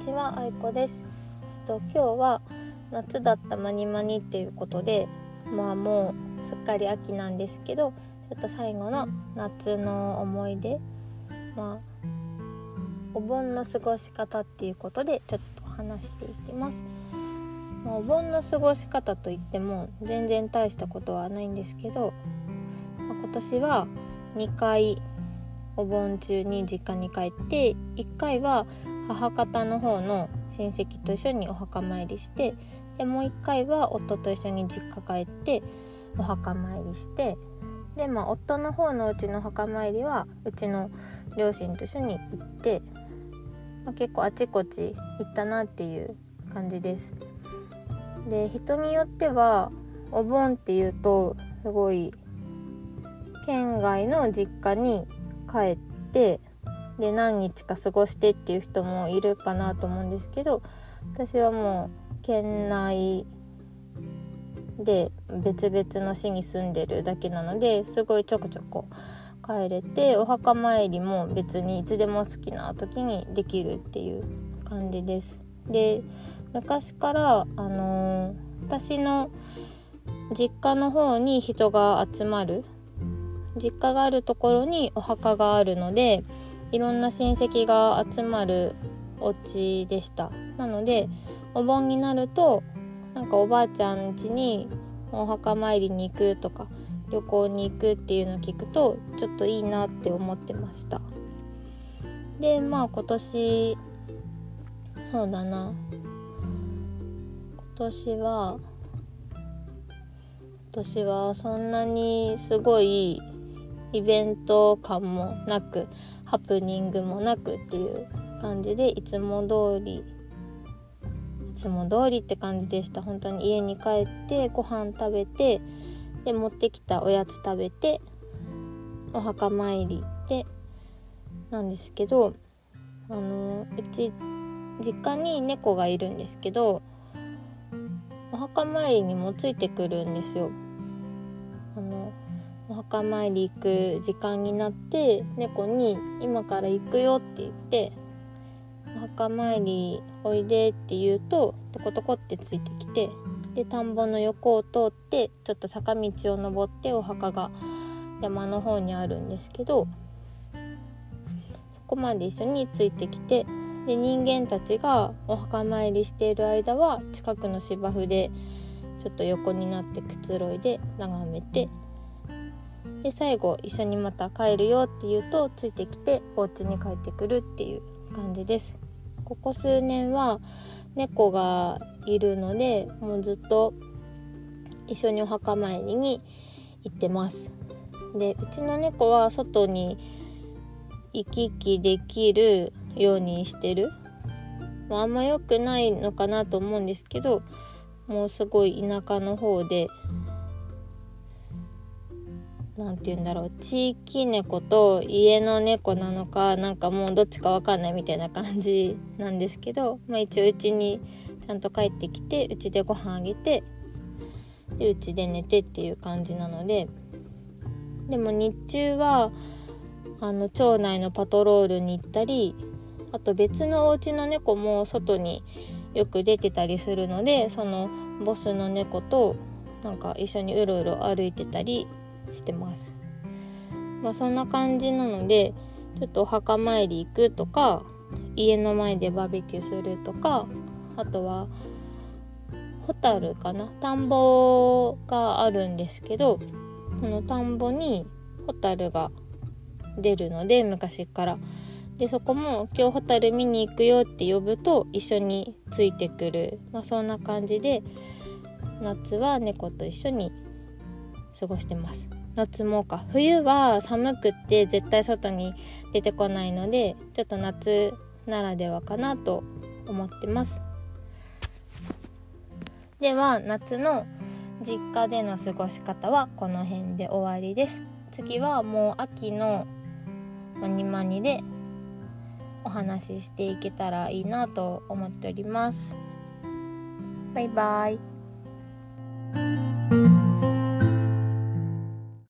ちは、あいこです。今日は夏だったマニマニっていうことで、もうすっかり秋なんですけど、ちょっと最後の夏の思い出、お盆の過ごし方っていうことでちょっと話していきます。お盆の過ごし方といっても全然大したことはないんですけど、今年は2回お盆中に実家に帰って、1回は母方の方の親戚と一緒にお墓参りして、でもう1回は夫と一緒に実家帰ってお墓参りして、で夫の方のうちの墓参りはうちの両親と一緒に行って、結構あちこち行ったなっていう感じです。で、人によってはお盆っていうとすごい県外の実家に帰ってで何日か過ごしてっていう人もいるかなと思うんですけど、私はもう県内で別々の市に住んでるだけなので、すごいちょこちょこ帰れて、お墓参りも別にいつでも好きな時にできるっていう感じです。で、昔から私の実家の方に人が集まる、実家があるところにお墓があるので、いろんな親戚が集まるお家でした。なのでお盆になるとおばあちゃん家にお墓参りに行くとか旅行に行くっていうのを聞くとちょっといいなって思ってました。で、今年そうだな今年はそんなにすごいイベント感もなくハプニングもなくっていう感じで、いつも通りって感じでした。本当に家に帰ってご飯食べて、で持ってきたおやつ食べてお墓参りでなんですけど、うち実家に猫がいるんですけど、お墓参りにもついてくるんですよ。お墓参り行く時間になって猫に今から行くよって言って、お墓参りおいでって言うとトコトコってついてきて、で田んぼの横を通ってちょっと坂道を登ってお墓が山の方にあるんですけど、そこまで一緒についてきて、で人間たちがお墓参りしている間は近くの芝生でちょっと横になってくつろいで眺めて、で最後一緒にまた帰るよって言うとついてきてお家に帰ってくるっていう感じです。ここ数年は猫がいるので、もうずっと一緒にお墓参りに行ってます。で、うちの猫は外に行き来できるようにしてる、あんま良くないのかなと思うんですけど、もうすごい田舎の方で地域猫と家の猫なのかもうどっちか分かんないみたいな感じなんですけど、一応うちにちゃんと帰ってきて、うちでご飯あげて、でうちで寝てっていう感じなので、でも日中は町内のパトロールに行ったり、あと別のお家の猫も外によく出てたりするので、そのボスの猫と一緒にうろうろ歩いてたりしてます。そんな感じなので、ちょっとお墓参り行くとか、家の前でバーベキューするとか、あとはホタルかな、田んぼがあるんですけど、その田んぼにホタルが出るので昔から、でそこも今日ホタル見に行くよって呼ぶと一緒についてくる、そんな感じで夏は猫と一緒に過ごしてます。夏も冬は寒くって絶対外に出てこないので、ちょっと夏ならではかなと思ってます。では夏の実家での過ごし方はこの辺で終わりです。次はもう秋のマニマニでお話ししていけたらいいなと思っております。バイバイ。